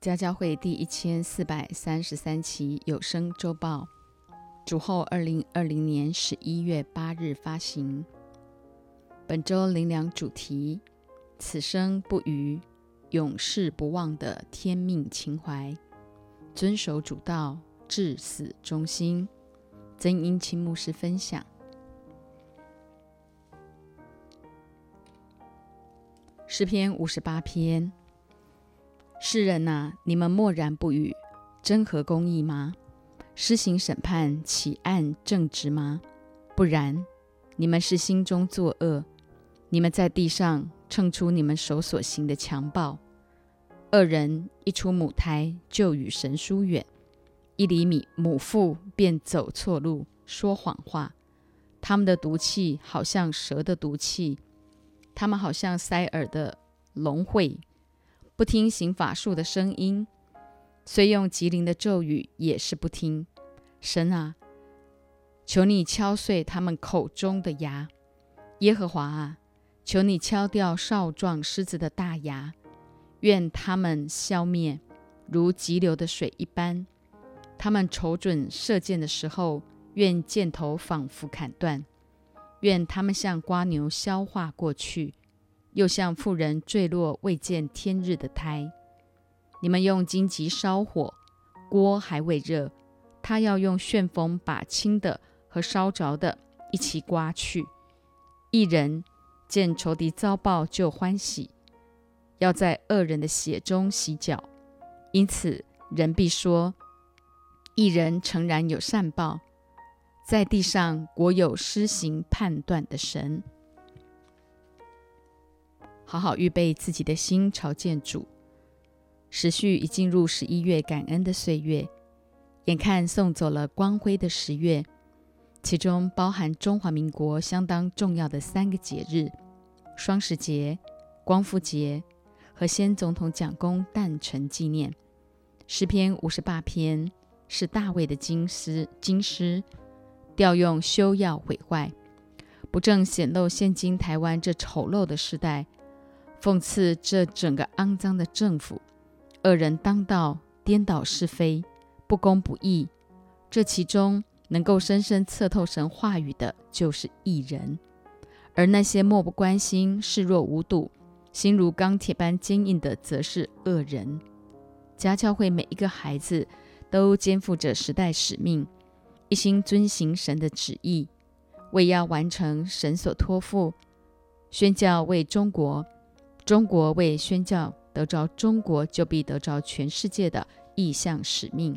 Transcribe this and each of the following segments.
家教会第1433期有声周报，主后2020年11月8日发行。本周灵粮主题：此生不渝，永世不忘的天命情怀，遵守主道，至死忠心。曾英清牧师分享。诗篇58篇：世人啊，你们默然不语，真合公义吗？施行审判，岂按正直吗？不然，你们是心中作恶，你们在地上称出你们手所行的强暴。恶人一出母胎，就与神疏远，1厘米母腹便走错路，说谎话。他们的毒气好像蛇的毒气，他们好像塞耳的聋虺，不听行法术的声音，虽用极灵的咒语也是不听。神啊，求你敲碎他们口中的牙。耶和华啊，求你敲掉少壮狮子的大牙，愿他们消灭，如急流的水一般。他们瞅准射箭的时候，愿箭头仿佛砍断。愿他们像蝸牛消化过去，又像妇人坠落未见天日的胎。你们用荆棘烧火，锅还未热，他要用旋风把轻的和烧着的一起刮去。一人见仇敌遭报就欢喜，要在恶人的血中洗脚。因此人必说，一人诚然有善报，在地上国有施行判断的神。好好预备自己的心朝见主。时序已进入11月感恩的岁月，眼看送走了光辉的10月，其中包含中华民国相当重要的3个节日：双十节、光复节和先总统蒋公诞辰纪念。诗篇58篇是大卫的金诗，调用休要毁坏，不正显露现今台湾这丑陋的时代，讽刺这整个肮脏的政府，恶人当道，颠倒是非，不公不义。这其中能够深深测透神话语的，就是义人；而那些漠不关心、视若无睹、心如钢铁般坚硬的，则是恶人。家教会每一个孩子都肩负着时代使命，一心遵行神的旨意，为要完成神所托付，宣教为中国，中国为宣教，得着中国就必得着全世界的意向使命。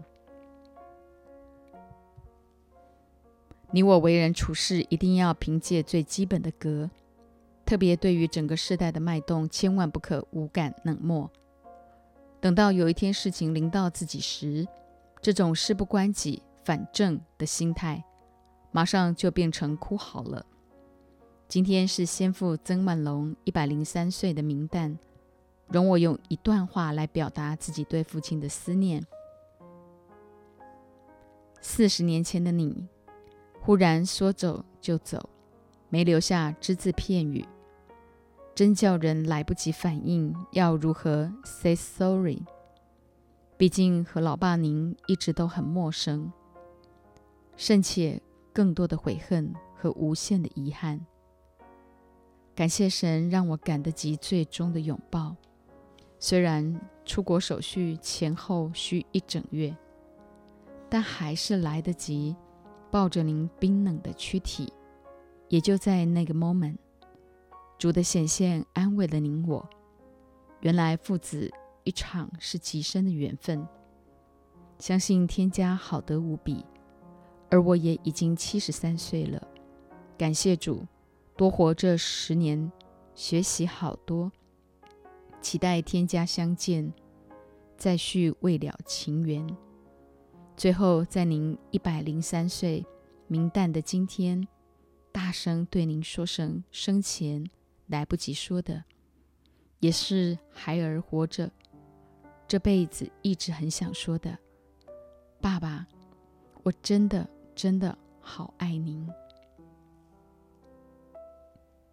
你我为人处事一定要凭借最基本的格，特别对于整个世代的脉动，千万不可无感冷漠。等到有一天事情临到自己时，这种事不关己反正的心态马上就变成哭嚎了。今天是先父曾万龙103岁的冥诞，容我用一段话来表达自己对父亲的思念。40年前的你，忽然说走就走，没留下只字片语，真叫人来不及反应要如何 say sorry。 毕竟和老爸您一直都很陌生，甚且更多的悔恨和无限的遗憾。感谢神让我赶得及最终的拥抱，虽然出国手续前后需1整月，但还是来得及抱着您冰冷的躯体。也就在那个 moment， 主的显现安慰了您我。原来父子一场是极深的缘分，相信天家好得无比，而我也已经73岁了。感谢主，多活这10年，学习好多，期待天家相见，再续未了情缘。最后在您103岁冥诞的今天，大声对您说声生前来不及说的，也是孩儿活着这辈子一直很想说的：爸爸，我真的真的好爱您。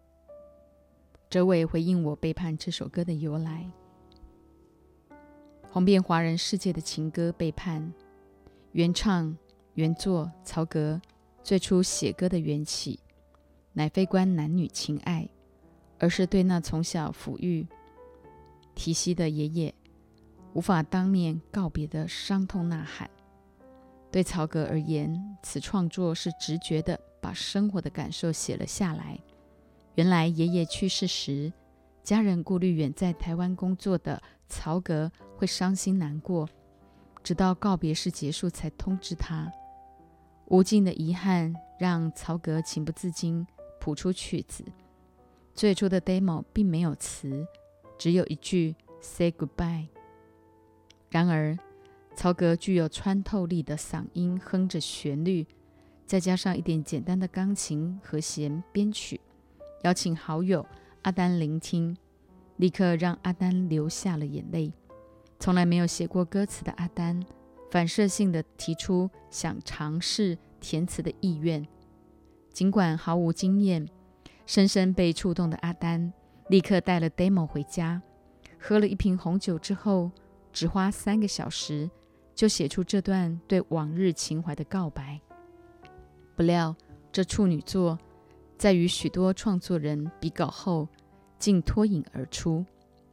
哲伟回应我背叛这首歌的由来。 红遍华人世界的情歌《背叛》，原唱原作曹格最初写歌的缘起，乃非关男女情爱，而是对那从小抚育提携的爷爷无法当面告别的伤痛呐喊。对曹格而言，此创作是直觉的把生活的感受写了下来。原来爷爷去世时，家人顾虑远在台湾工作的曹格会伤心难过，直到告别式结束才通知他。无尽的遗憾让曹格情不自禁谱出曲子。最初的 demo 并没有词，只有一句 Say Goodbye。 然而曹格具有穿透力的嗓音哼着旋律，再加上一点简单的钢琴和弦编曲，邀请好友阿丹聆听，立刻让阿丹流下了眼泪。从来没有写过歌词的阿丹，反射性地提出想尝试填词的意愿。尽管毫无经验，深深被触动的阿丹立刻带了 demo 回家，喝了一瓶红酒之后，只花3个小时就写出这段对往日情怀的告白。不料这处女作在与许多创作人比稿后竟脱颖而出。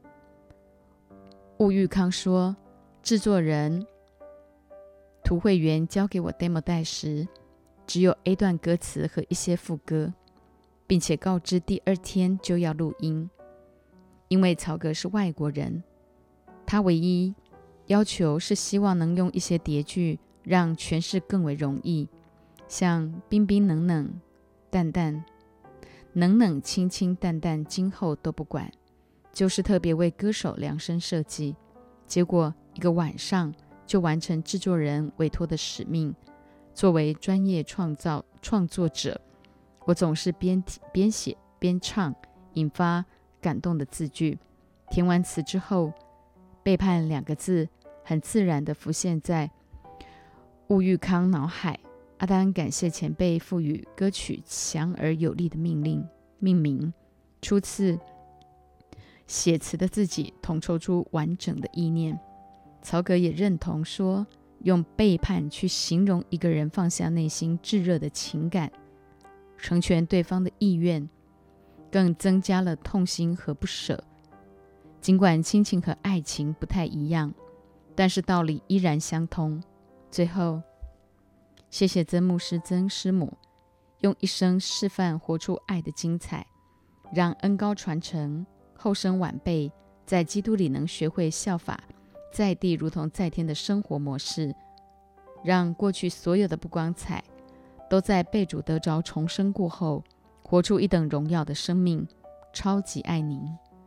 吴玉康说，制作人涂慧源交给我 demo 带时，只有 A 段歌词和一些副歌，并且告知第2天就要录音。因为曹格是外国人，他唯一要求是希望能用一些叠句让诠释更为容易，像冰冰冷冷淡淡，冷冷清清淡淡，今后都不管，就是特别为歌手量身设计。结果1个晚上就完成制作人委托的使命。作为专业创作者，我总是边写边唱，引发感动的字句。填完词之后，背叛2个字很自然地浮现在吴玉康脑海。阿丹感谢前辈赋予歌曲强而有力的命名，初次写词的自己统筹出完整的意念。曹格也认同说，用背叛去形容一个人放下内心炙热的情感，成全对方的意愿，更增加了痛心和不舍。尽管亲情和爱情不太一样，但是道理依然相通。最后，谢谢曾牧师、曾师母用一生示范活出爱的精彩，让恩高传承，后生晚辈在基督里能学会效法在地如同在天的生活模式，让过去所有的不光彩都在被主得着重生过后，活出一等荣耀的生命。超级爱您。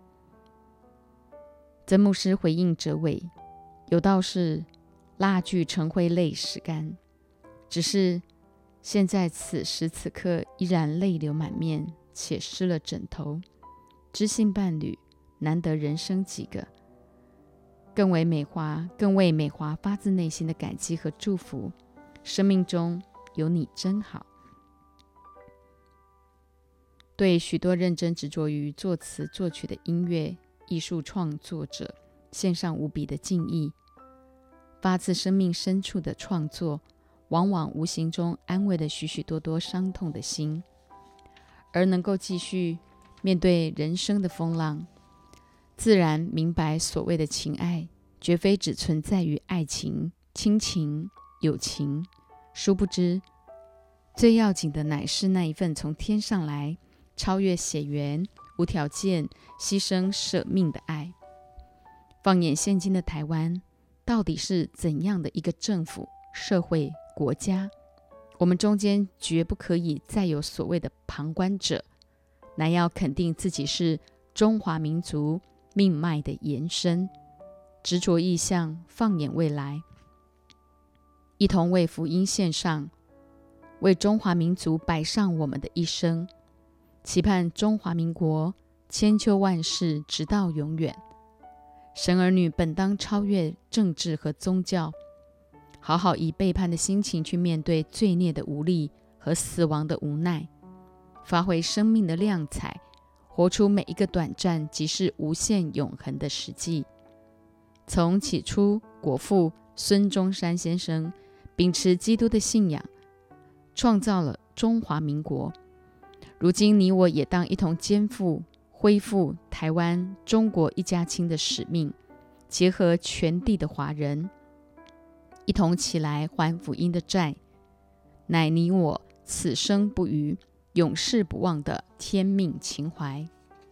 曾牧师回应哲伟，有道是蜡炬成灰泪始干，只是现在此时此刻依然泪流满面，且湿了枕头。知心伴侣难得人生几个，更为美华发自内心的感激和祝福。生命中有你真好。对许多认真执着于作词作曲的音乐艺术创作者献上无比的敬意。发自生命深处的创作，往往无形中安慰了许许多多伤痛的心，而能够继续面对人生的风浪，自然明白所谓的情爱绝非只存在于爱情、亲情、友情，殊不知最要紧的乃是那一份从天上来，超越血缘、无条件牺牲舍命的爱。放眼现今的台湾，到底是怎样的一个政府、社会、国家？我们中间绝不可以再有所谓的旁观者，乃要肯定自己是中华民族命脉的延伸，执着意向，放眼未来，一同为福音献上，为中华民族摆上我们的一生，期盼中华民国千秋万世，直到永远。神儿女本当超越政治和宗教，好好以背叛的心情去面对罪孽的无力和死亡的无奈，发挥生命的亮彩，活出每一个短暂即是无限永恒的实际。 从起初国父孙中山先生秉持基督的信仰，创造了中华民国。如今你我也当一同肩负恢复台湾中国一家亲的使命，结合全地的华人，一同起来还福音的债，乃你我此生不渝、永世不忘的天命情怀。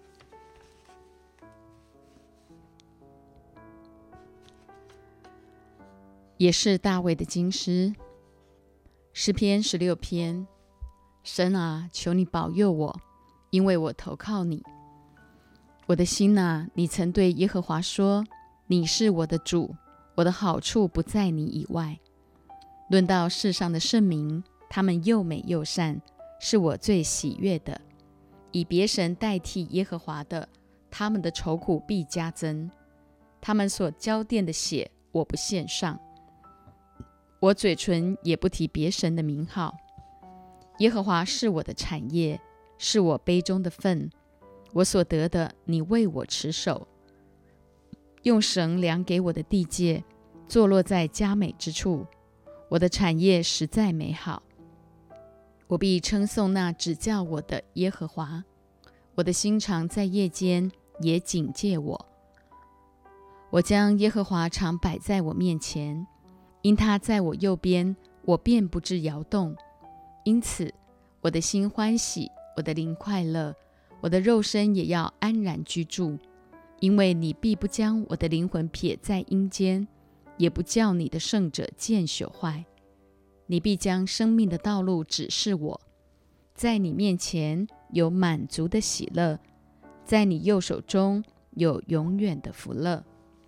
也是大卫的金诗，诗篇16篇。神啊，求你保佑我，因为我投靠你。我的心啊，你曾对耶和华说，你是我的主，我的好处不在你以外。论到世上的圣民，他们又美又善，是我最喜悦的。以别神代替耶和华的，他们的愁苦必加增。他们所浇奠的血，我不献上。我嘴唇也不提别神的名号。耶和华是我的产业，是我杯中的分，我所得的，你为我持守。用绳量给我的地界，坐落在佳美之处。我的产业实在美好，我必称颂那指教我的耶和华。我的心肠在夜间也警戒我。我将耶和华常摆在我面前，因他在我右边，我便不致摇动。因此，我的心欢喜，我的灵快乐，我的肉身也要安然居住。因为你必不将我的灵魂撇在阴间，也不叫你的圣者见朽坏。你必将生命的道路指示我，在你面前有满足的喜乐，在你右手中有永远的福乐。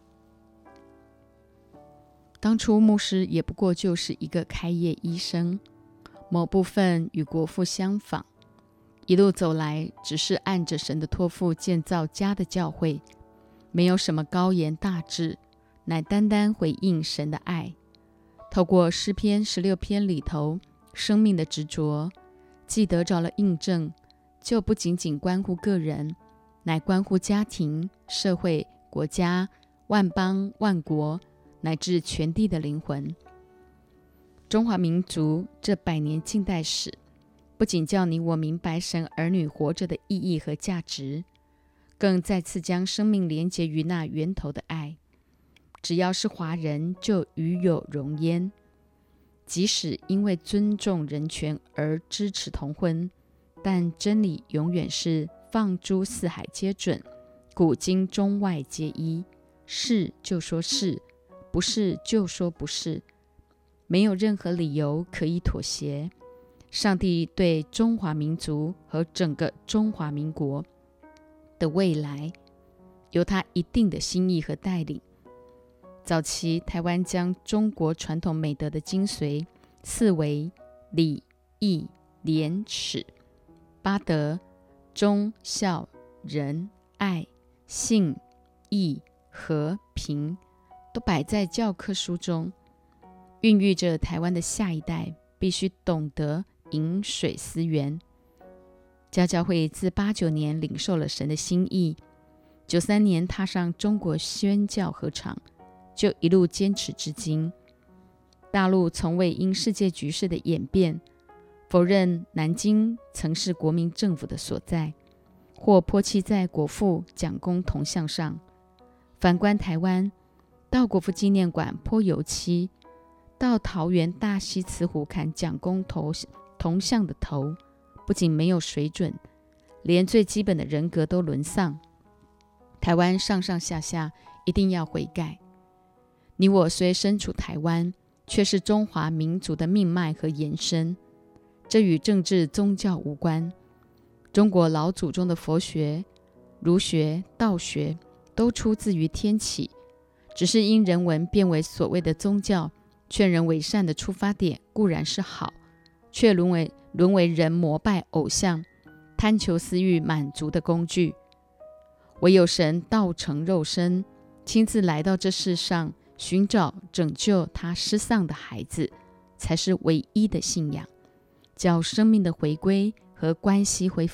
当初牧师也不过就是一个开业医生，某部分与国父相仿，一路走来只是按着神的托付建造家的教会，没有什么高言大志，乃单单回应神的爱。透过诗篇16篇里头生命的执着，既得着了印证，就不仅仅关乎个人，乃关乎家庭、社会、国家、万邦、万国，乃至全地的灵魂。中华民族这100年近代史，不仅叫你我明白神儿女活着的意义和价值，更再次将生命连结于那源头的爱。只要是华人，就与有荣焉。即使因为尊重人权而支持同婚，但真理永远是放诸四海皆准，古今中外皆一，是就说是，不是就说不是，没有任何理由可以妥协。上帝对中华民族和整个中华民国的未来，有他一定的心意和带领。早期台湾将中国传统美德的精髓四维礼义廉耻八德忠孝仁爱信义和平都摆在教科书中，孕育着台湾的下一代必须懂得饮水思源。家教会自89年领受了神的心意，93年踏上中国宣教禾场，就一路坚持至今。大陆从未因世界局势的演变，否认南京曾是国民政府的所在，或泼漆在国父蒋公铜像上。反观台湾，到国父纪念馆泼油漆，到桃园大溪慈湖砍蒋公铜像的头，不仅没有水准，连最基本的人格都沦丧。台湾上上下下一定要悔改。你我虽身处台湾，却是中华民族的命脉和延伸，这与政治宗教无关。中国老祖宗的佛学、儒学、道学都出自于天启，只是因人文变为所谓的宗教，劝人为善的出发点固然是好，却沦为人膜拜偶像、贪求私欲满足的工具。唯有神道成肉身，亲自来到这世上，寻找拯救他失丧的孩子，才是唯一的信仰。叫生命的回归和关系恢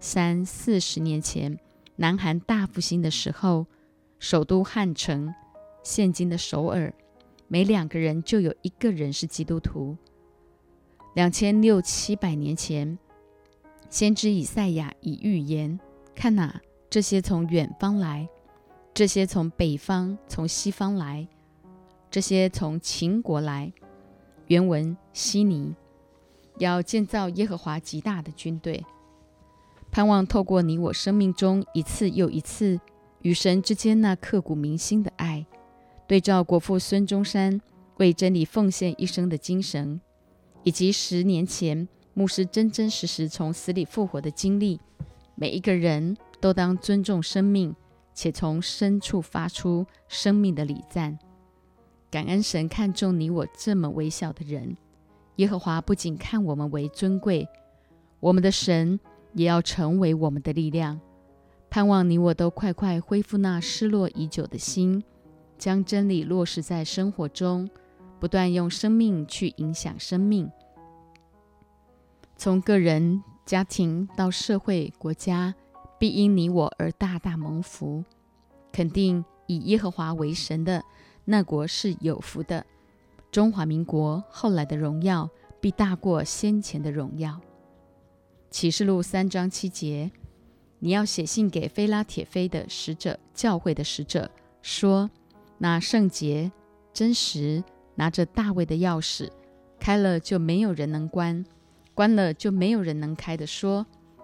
复。30-40年前南韩大复兴的时候，首都汉城现今的首尔，每2个人就有1个人是基督徒。2600-2700年前，先知以赛亚已预言，看哪，这些从远方来，这些从北方从西方来，这些从秦国来，原文希尼，要建造耶和华极大的军队，盼望透过你我生命中一次又一次与神之间那刻骨铭心的爱，对照国父孙中山为真理奉献一生的精神，以及10年前牧师真真实实从死里复活的经历，每一个人都当尊重生命，且从深处发出生命的礼赞。感恩神看重你我这么微小的人，耶和华不仅看我们为尊贵，我们的神也要成为我们的力量。盼望你我都快快恢复那失落已久的心，将真理落实在生活中，不断用生命去影响生命。从个人、家庭到社会、国家，必因你我而大大蒙福。肯定以耶和华为神的那国是有福的。中华民国后来的荣耀必大过先前的荣耀。启示录3章7节，你要写信给非拉铁非的使者，教会的使者，说，那圣洁真实拿着大卫的钥匙，开了就没有人能关，关了就没有人能开的说。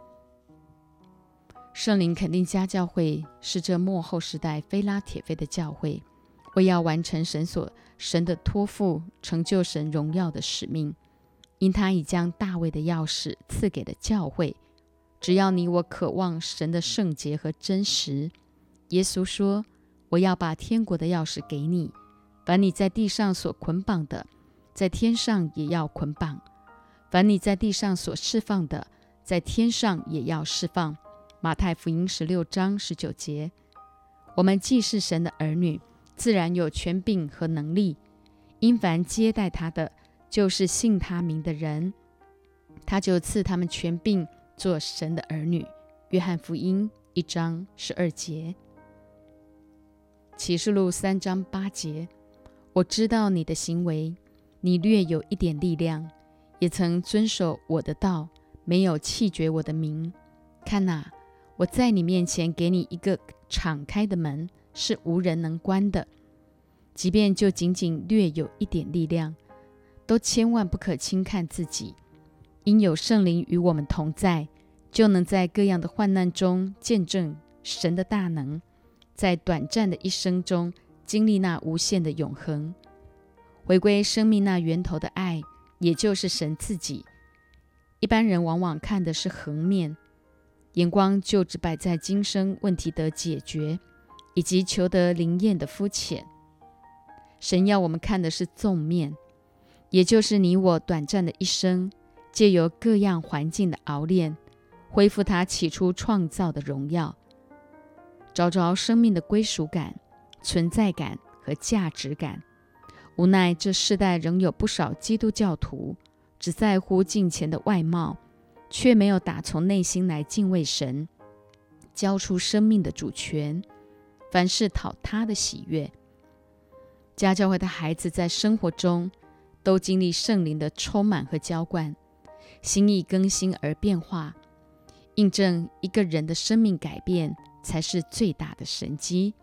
圣灵肯定家教会是这末后时代非拉铁非的教会，为要完成神的托付，成就神荣耀的使命。因他已将大卫的钥匙赐给了教会，只要你我渴望神的圣洁和真实。耶稣说，我要把天国的钥匙给你，凡你在地上所捆绑的，在天上也要捆绑；凡你在地上所释放的，在天上也要释放。马太福音16章19节。我们既是神的儿女，自然有权柄和能力，因凡接待他的，就是信他名的人，他就赐他们权柄做神的儿女。约翰福音1章12节。启示录3章8节，我知道你的行为，你略有一点力量，也曾遵守我的道，没有弃绝我的名。看哪，我在你面前给你一个敞开的门，是无人能关的。即便就仅仅略有一点力量，都千万不可轻看自己，因有圣灵与我们同在，就能在各样的患难中见证神的大能，在短暂的一生中经历那无限的永恒，回归生命那源头的爱，也就是神自己。一般人往往看的是横面，眼光就只摆在今生问题的解决，以及求得灵验的肤浅。神要我们看的是纵面，也就是你我短暂的一生，借由各样环境的熬炼，恢复他起初创造的荣耀，找着生命的归属感、存在感和价值感。无奈这世代仍有不少基督教徒只在乎敬虔的外貌，却没有打从内心来敬畏神，交出生命的主权，凡事讨他的喜悦。家教会的孩子在生活中都经历圣灵的充满和浇灌，心意更新而变化，印证一个人的生命改变才是最大的神迹。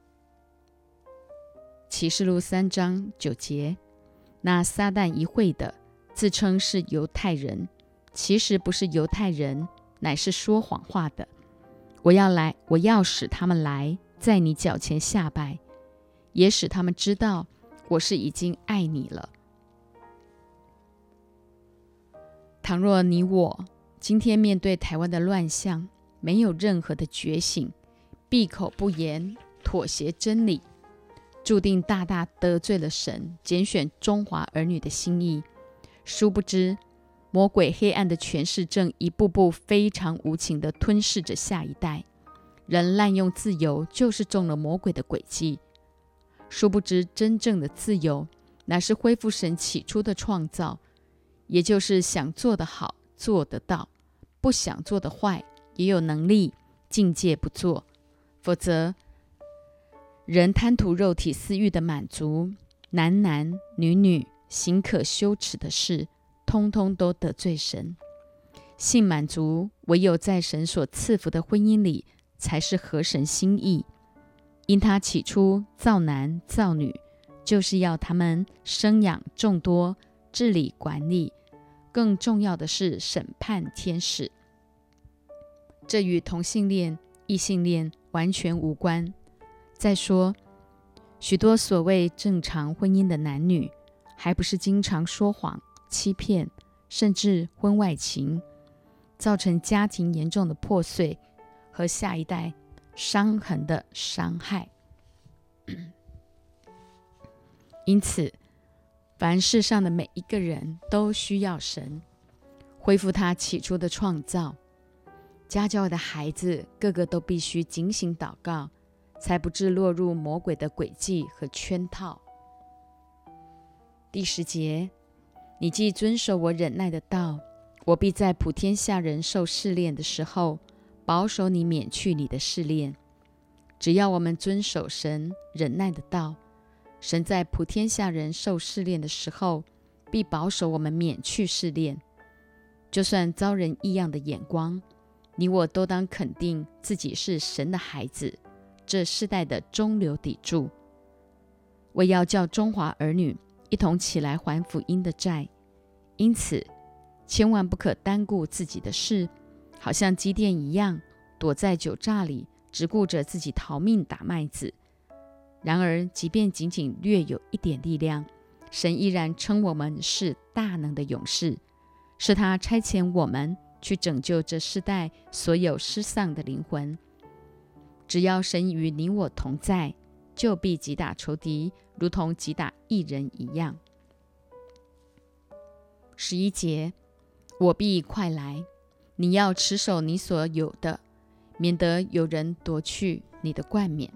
启示录3章9节，那撒旦一会的自称是犹太人，其实不是犹太人，乃是说谎话的。我要使他们来，在你脚前下拜，也使他们知道我是已经爱你了。倘若你我今天面对台湾的乱象，没有任何的觉醒，闭口不言，妥协真理，注定大大得罪了神拣选中华儿女的心意。殊不知，魔鬼黑暗的权势正一步步非常无情地吞噬着下一代。人滥用自由，就是中了魔鬼的诡计。殊不知，真正的自由乃是恢复神起初的创造，也就是想做得好，做得到；不想做的坏，也有能力境界不做。否则， 人贪图肉体私欲的满足，男男女女行可羞耻的事，通通都得罪神。性满足唯有在神所赐福的婚姻里，才是合神心意。因他起初造男造女，就是要他们生养众多，治理管理，更重要的是审判天使。这与同性恋、异性恋完全无关。再说，许多所谓正常婚姻的男女，还不是经常说谎、欺骗，甚至婚外情，造成家庭严重的破碎和下一代伤痕的伤害。因此，凡世上的每一个人都需要神恢复他起初的创造。家教的孩子个个都必须警醒祷告，才不致落入魔鬼的诡计和圈套。第10节，你既遵守我忍耐的道，我必在普天下人受试炼的时候，保守你免去你的试炼。只要我们遵守神忍耐的道，神在普天下人受试炼的时候，必保守我们免去试炼。就算遭人异样的眼光，你我都当肯定自己是神的孩子，这世代的中流砥柱。为要叫中华儿女一同起来还福音的债，因此千万不可单顾自己的事，好像基甸一样，躲在酒榨里，只顾着自己逃命打麦子。然而即便仅仅略有一点力量，神依然称我们是大能的勇士，是他差遣我们去拯救这世代所有失丧的灵魂。只要神与你我同在，就必击打仇敌，如同击打义人一样。11节，我必快来，你要持守你所有的，免得有人夺去你的冠冕。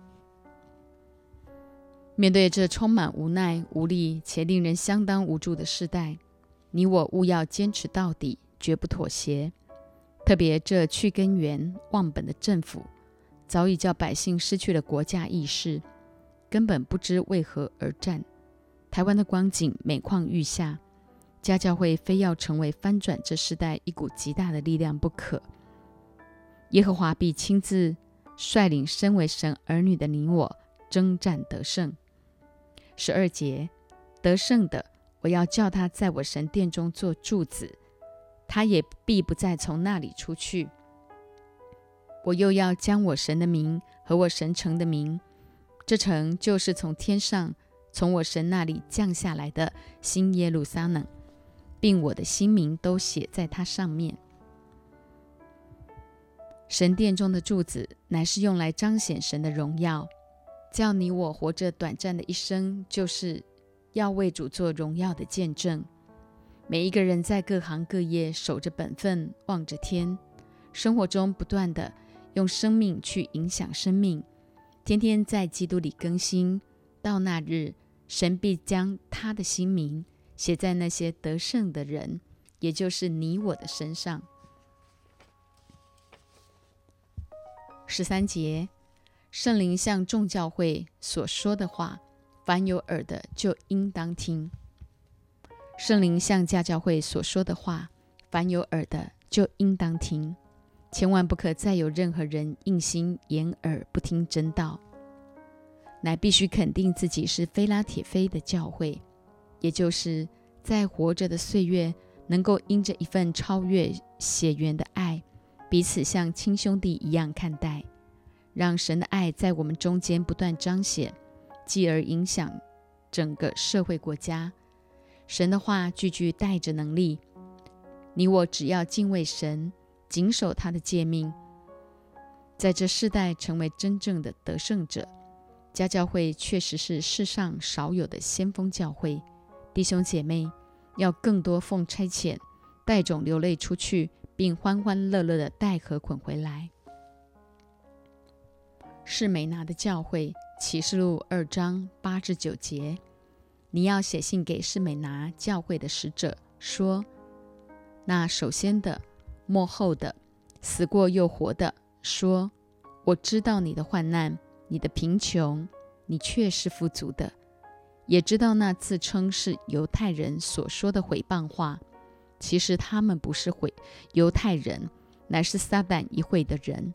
面对这充满无奈、无力且令人相当无助的世代，你我务要坚持到底，绝不妥协。特别这去根源忘本的政府，早已叫百姓失去了国家意识，根本不知为何而战。台湾的光景每况愈下，家教会非要成为翻转这世代一股极大的力量不可。耶和华必亲自率领身为神儿女的你我征战得胜。12节，得胜的，我要叫他在我神殿中做柱子，他也必不再从那里出去。我又要将我神的名和我神城的名，这城就是从天上从我神那里降下来的新耶路撒冷，并我的新名都写在它上面。神殿中的柱子乃是用来彰显神的荣耀，叫你我活着短暂的一生，就是要为主做荣耀的见证。每一个人在各行各业守着本分，望着天，生活中不断的用生命去影响生命，天天在基督里更新。到那日，神必将他的新名写在那些得胜的人，也就是你我的身上。13节，圣灵向众教会所说的话，凡有耳的就应当听。圣灵向家教会所说的话，凡有耳的就应当听。千万不可再有任何人硬心掩耳不听真道，乃必须肯定自己是非拉铁非的教会，也就是在活着的岁月，能够因着一份超越血缘的爱，彼此像亲兄弟一样看待，让神的爱在我们中间不断彰显，继而影响整个社会国家。神的话句句带着能力，你我只要敬畏神，谨守他的诫命，在这世代成为真正的得胜者。家教会确实是世上少有的先锋教会，弟兄姐妹要更多奉差遣，带种流泪出去，并欢欢乐乐的带禾捆回来。士美拿的教会，启示录2章8至9节，你要写信给士美拿教会的使者，说：那首先的、末后的、死过又活的，说：我知道你的患难，你的贫穷， 你却是富足的，也知道那自称是犹太人所说的毁谤话，其实他们不是犹太人，乃是撒旦一会的人。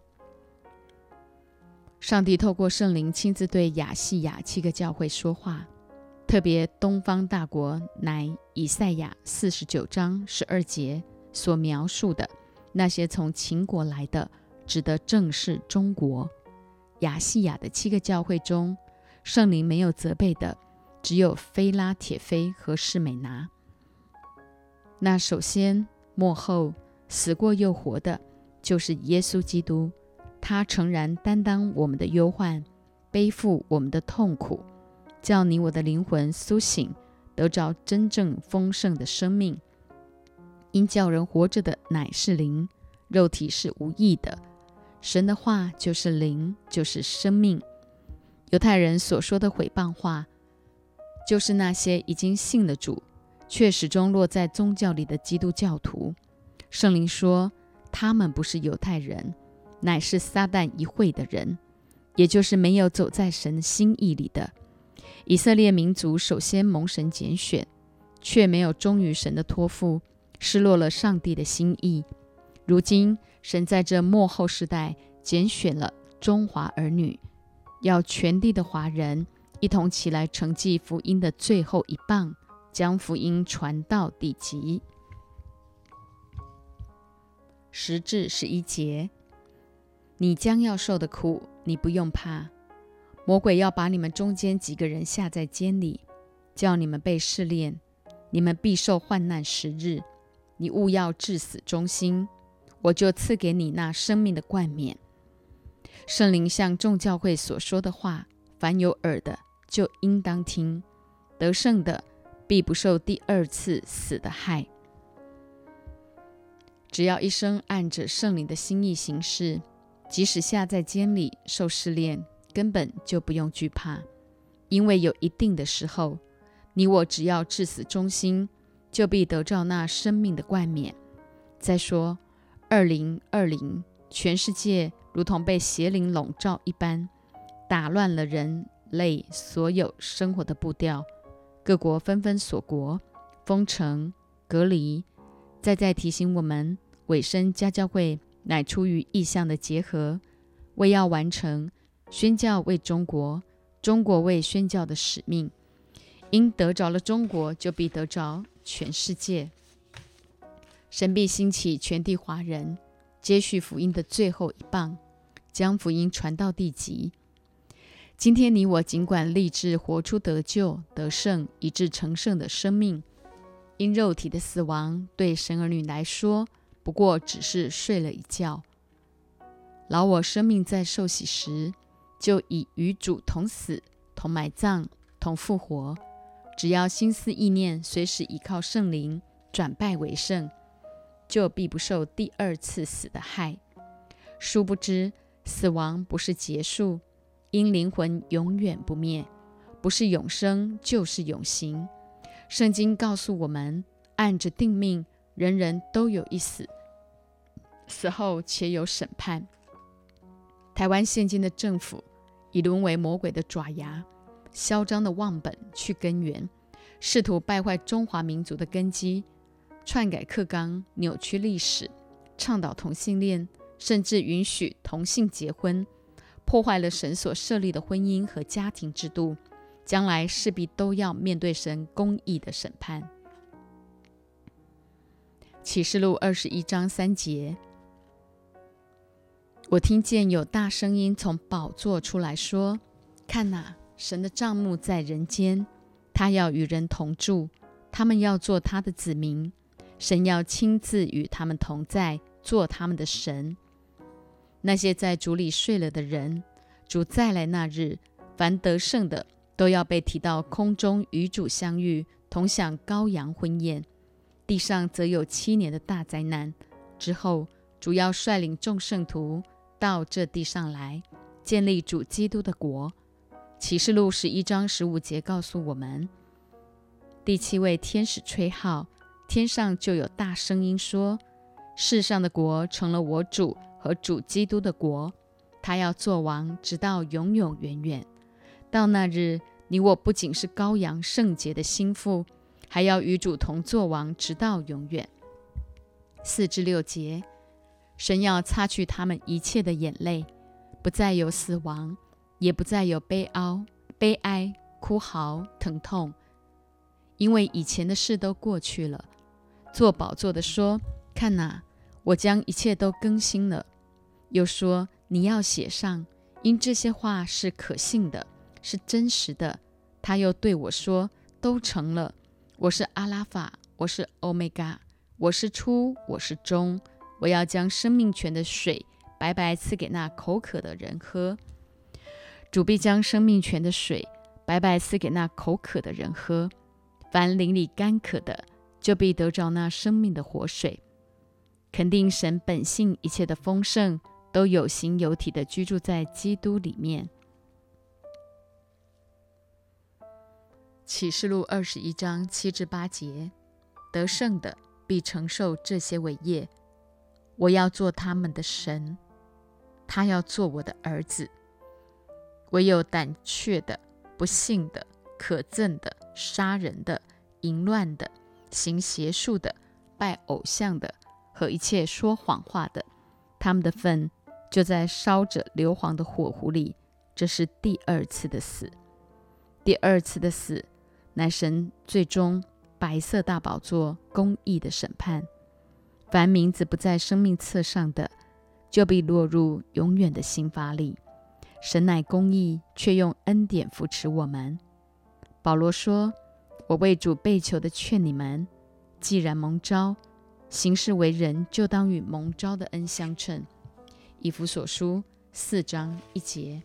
上帝透过圣灵亲自对亚细亚7个教会说话，特别东方大国乃以赛亚49章12节所描述的那些从秦国来的，指的正是中国。亚细亚的7个教会中，圣灵没有责备的只有非拉铁非和士美拿。那首先末后死过又活的，就是耶稣基督，他诚然担当我们的忧患，背负我们的痛苦，叫你我的灵魂苏醒，得着真正丰盛的生命。因叫人活着的乃是灵，肉体是无益的。神的话就是灵，就是生命。犹太人所说的毁谤话，就是那些已经信了主，却始终落在宗教里的基督教徒。圣灵说，他们不是犹太人，乃是撒旦一会的人，也就是没有走在神心意里的。以色列民族首先蒙神拣选，却没有忠于神的托付，失落了上帝的心意。如今神在这末后时代拣选了中华儿女，要全地的华人一同起来承继福音的最后一棒，将福音传到地极。10至11节，你将要受的苦，你不用怕。魔鬼要把你们中间几个人下在监里，叫你们被试炼，你们必受患难10日。你务要至死忠心，我就赐给你那生命的冠冕。圣灵向众教会所说的话，凡有耳的就应当听。得胜的必不受第二次死的害。只要一生按着圣灵的心意行事，即使下在监里受试炼，根本就不用惧怕，因为有一定的时候，你我只要至死忠心，就必得着那生命的冠冕。再说2020全世界如同被邪灵笼罩一般，打乱了人类所有生活的步调，各国纷纷锁国、封城、隔离，再提醒我们，委身家教会乃出于异象的结合，为要完成宣教为中国，中国为宣教的使命。因得着了中国，就必得着全世界。神必兴起全地华人，接续福音的最后一棒，将福音传到地极。今天你我尽管立志活出得救、得胜以致成圣的生命，因肉体的死亡对神儿女来说，不过只是睡了一觉。老我生命在受洗时，就已与主同死、同埋葬、同复活。只要心思意念随时依靠圣灵，转败为胜，就必不受第二次死的害。殊不知，死亡不是结束，因灵魂永远不灭，不是永生就是永刑。圣经告诉我们，按着定命，人人都有一死，死后且有审判。台湾现今的政府已沦为魔鬼的爪牙，嚣张的忘本去根源，试图败坏中华民族的根基，篡改课纲，扭曲历史，倡导同性恋，甚至允许同性结婚，破坏了神所设立的婚姻和家庭制度，将来势必都要面对神公义的审判。启示录21章3节，我听见有大声音从宝座出来说，看哪，神的帐幕在人间，他要与人同住，他们要做他的子民，神要亲自与他们同在，做他们的神。那些在主里睡了的人，主再来那日，凡得胜的都要被提到空中与主相遇，同享羔羊婚宴。地上则有7年的大灾难，之后主要率领众圣徒到这地上来，建立主基督的国。启示录11章15节告诉我们，第7位天使吹号，天上就有大声音说，世上的国成了我主和主基督的国，他要做王直到永永远远。 到那日，你我不仅是羔羊圣洁的心腹，还要与主同作王，直到永远。4至6节，神要擦去他们一切的眼泪，不再有死亡，也不再有悲哀、哭嚎、疼痛，因为以前的事都过去了。坐宝座的说：看哪，我将一切都更新了。又说：你要写上，因这些话是可信的，是真实的。他又对我说：都成了。我是阿拉法，我是欧米伽，我是初，我是终。我要将生命泉的水白白赐给那口渴的人喝。主必将生命泉的水白白赐给那口渴的人喝。凡灵里干渴的，就必得着那生命的活水。肯定神本性一切的丰盛，都有形有体的居住在基督里面。启示录21章7至8节，得胜的必承受这些伟业。我要做他们的神，他要做我的儿子。唯有胆怯的、不信的、可憎的、杀人的、淫乱的、行邪术的、拜偶像的和一切说谎话的，他们的份就在烧着硫磺的火湖里。这是第二次的死。第二次的死乃神最终白色大宝座公义的审判。凡名字不在生命册上的，就必落入永远的刑罚里。神乃公义，却用恩典扶持我们。保罗说：我为主被囚的劝你们，既然蒙召，行事为人，就当与蒙召的恩相称。以弗所书4章1节。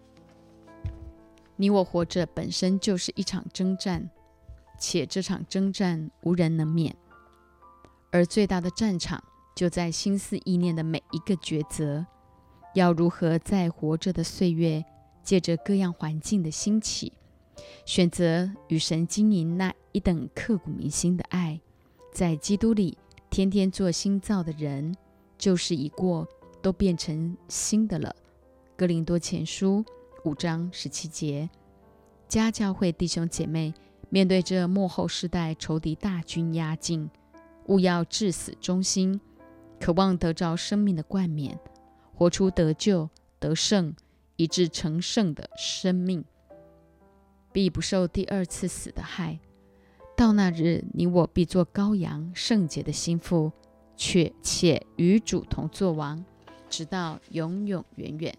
你我活着本身就是一场征战，且这场征战无人能免。而最大的战场就在心思意念的每一个抉择，要如何在活着的岁月，借着各样环境的兴起，选择与神经营那一等刻骨铭心的爱，在基督里天天做新造的人，旧事已过，都变成新的了。哥林多前书5章17节。家教会弟兄姐妹，面对这末后世代仇敌大军压境，务要至死忠心，渴望得着生命的冠冕，活出得救、得胜，以致成圣的生命，必不受第二次死的害。到那日，你我必做羔羊圣洁的心腹，且与主同作王，直到永永远远。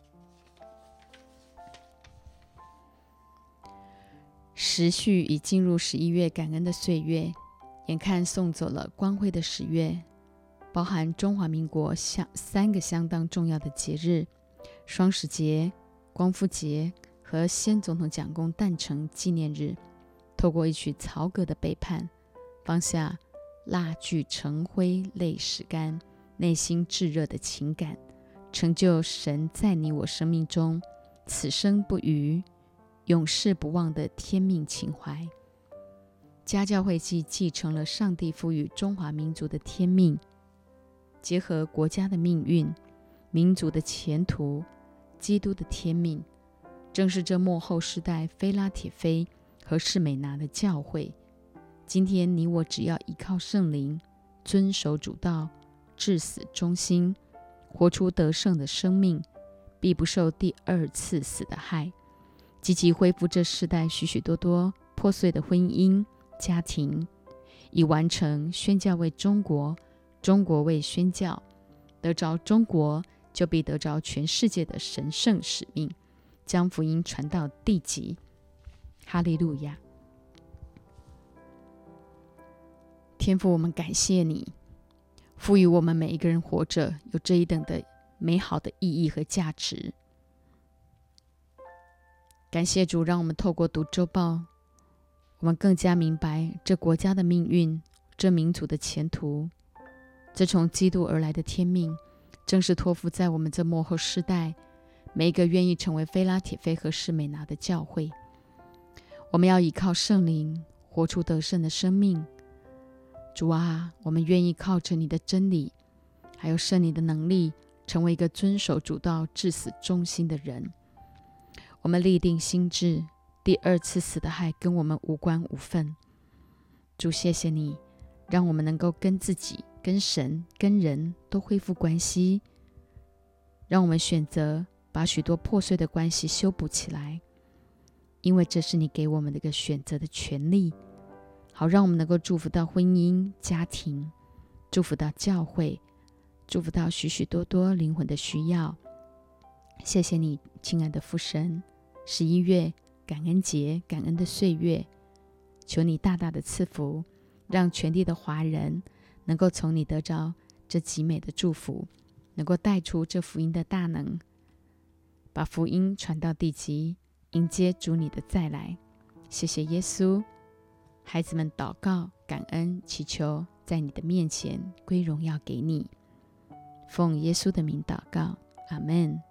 时序已进入11月感恩的岁月，眼看送走了光辉的10月，包含中华民国3个相当重要的节日：双十节、光复节和先总统蒋公诞辰纪念日。透过一曲曹格的背叛，放下蜡炬成灰泪始干，内心炙热的情感，成就神在你我生命中此生不渝、永世不忘的天命情怀。家教会继承了上帝赋予中华民族的天命，结合国家的命运、民族的前途、基督的天命，正是这末后世代菲拉铁菲和士美拿的教会。今天你我只要依靠圣灵，遵守主道，至死忠心，活出得胜的生命，必不受第二次死的害，积极恢复这世代许许多多破碎的婚姻家庭，以完成宣教为中国，中国为宣教。得着中国，就必得着全世界的神圣使命，将福音传到地极。哈利路亚！天父，我们感谢你赋予我们每一个人活着有这一等的美好的意义和价值。感谢主，让我们透过读周报，我们更加明白这国家的命运，这民族的前途，这从基督而来的天命，正是托付在我们这末后世代每一个愿意成为菲拉铁菲和士美拿的教会。我们要依靠圣灵，活出得胜的生命。主啊，我们愿意靠着你的真理，还有圣灵的能力，成为一个遵守主道、至死忠心的人。 我们立定心志，第二次死的害跟我们无关无分。主，谢谢你，让我们能够跟自己、跟神、跟人都恢复关系，让我们选择把许多破碎的关系修补起来，因为这是你给我们的一个选择的权利，好让我们能够祝福到婚姻、家庭，祝福到教会，祝福到许许多多灵魂的需要。谢谢你，亲爱的父神，11月感恩节，感恩的岁月，求你大大的赐福，让全地的华人能够从你得着这极美的祝福，能够带出这福音的大能，把福音传到地极，迎接主你的再来。谢谢耶稣，孩子们祷告感恩祈求，在你的面前归荣耀给你，奉耶稣的名祷告，阿们。